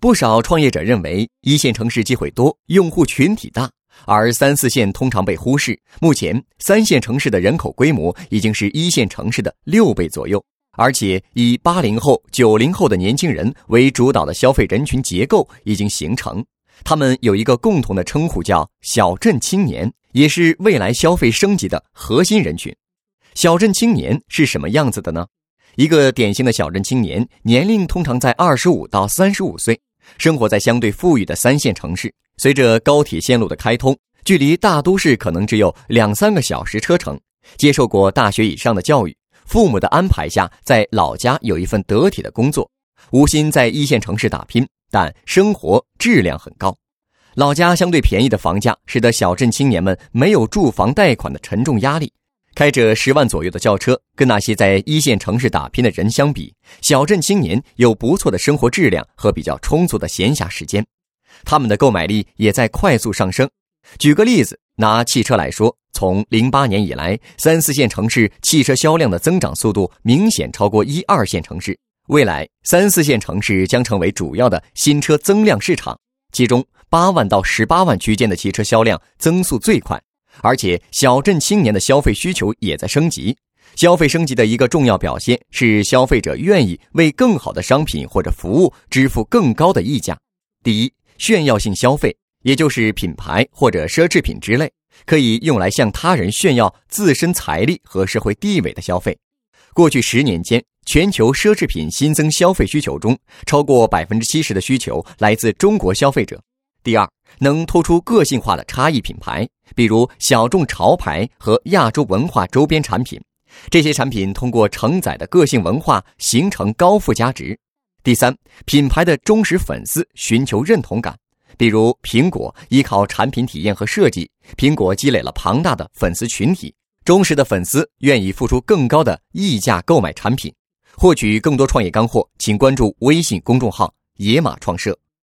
不少创业者认为一线城市机会多，用户群体大，而3、4线通常被忽视。目前3线城市的人口规模已经是1线城市的6倍左右，而且以80后、90后的年轻人为主导的消费人群结构已经形成。他们有一个共同的称呼叫小镇青年，也是未来消费升级的核心人群。小镇青年是什么样子的呢？一个典型的小镇青年年龄通常在25到35岁，生活在相对富裕的3线城市。随着高铁线路的开通，距离大都市可能只有2-3个小时车程，接受过大学以上的教育，父母的安排下在老家有一份得体的工作，无心在1线城市打拼，但生活质量很高。老家相对便宜的房价使得小镇青年们没有住房贷款的沉重压力，开着10万左右的轿车，跟那些在1线城市打拼的人相比，小镇青年有不错的生活质量和比较充足的闲暇时间，他们的购买力也在快速上升。举个例子，拿汽车来说，从08年以来，3、4线城市汽车销量的增长速度明显超过1、2线城市。未来3、4线城市将成为主要的新车增量市场，其中8万到18万区间的汽车销量增速最快。而且小镇青年的消费需求也在升级，消费升级的一个重要表现是消费者愿意为更好的商品或者服务支付更高的溢价。第一，炫耀性消费，也就是品牌或者奢侈品之类，可以用来向他人炫耀自身财力和社会地位的消费。过去10年间，全球奢侈品新增消费需求中，超过 70% 的需求来自中国消费者。第二，能突出个性化的差异品牌，比如小众潮牌和亚洲文化周边产品，这些产品通过承载的个性文化形成高附加值。第三，品牌的忠实粉丝寻求认同感，比如苹果依靠产品体验和设计，苹果积累了庞大的粉丝群体，忠实的粉丝愿意付出更高的溢价购买产品。获取更多创业干货，请关注微信公众号野马创社。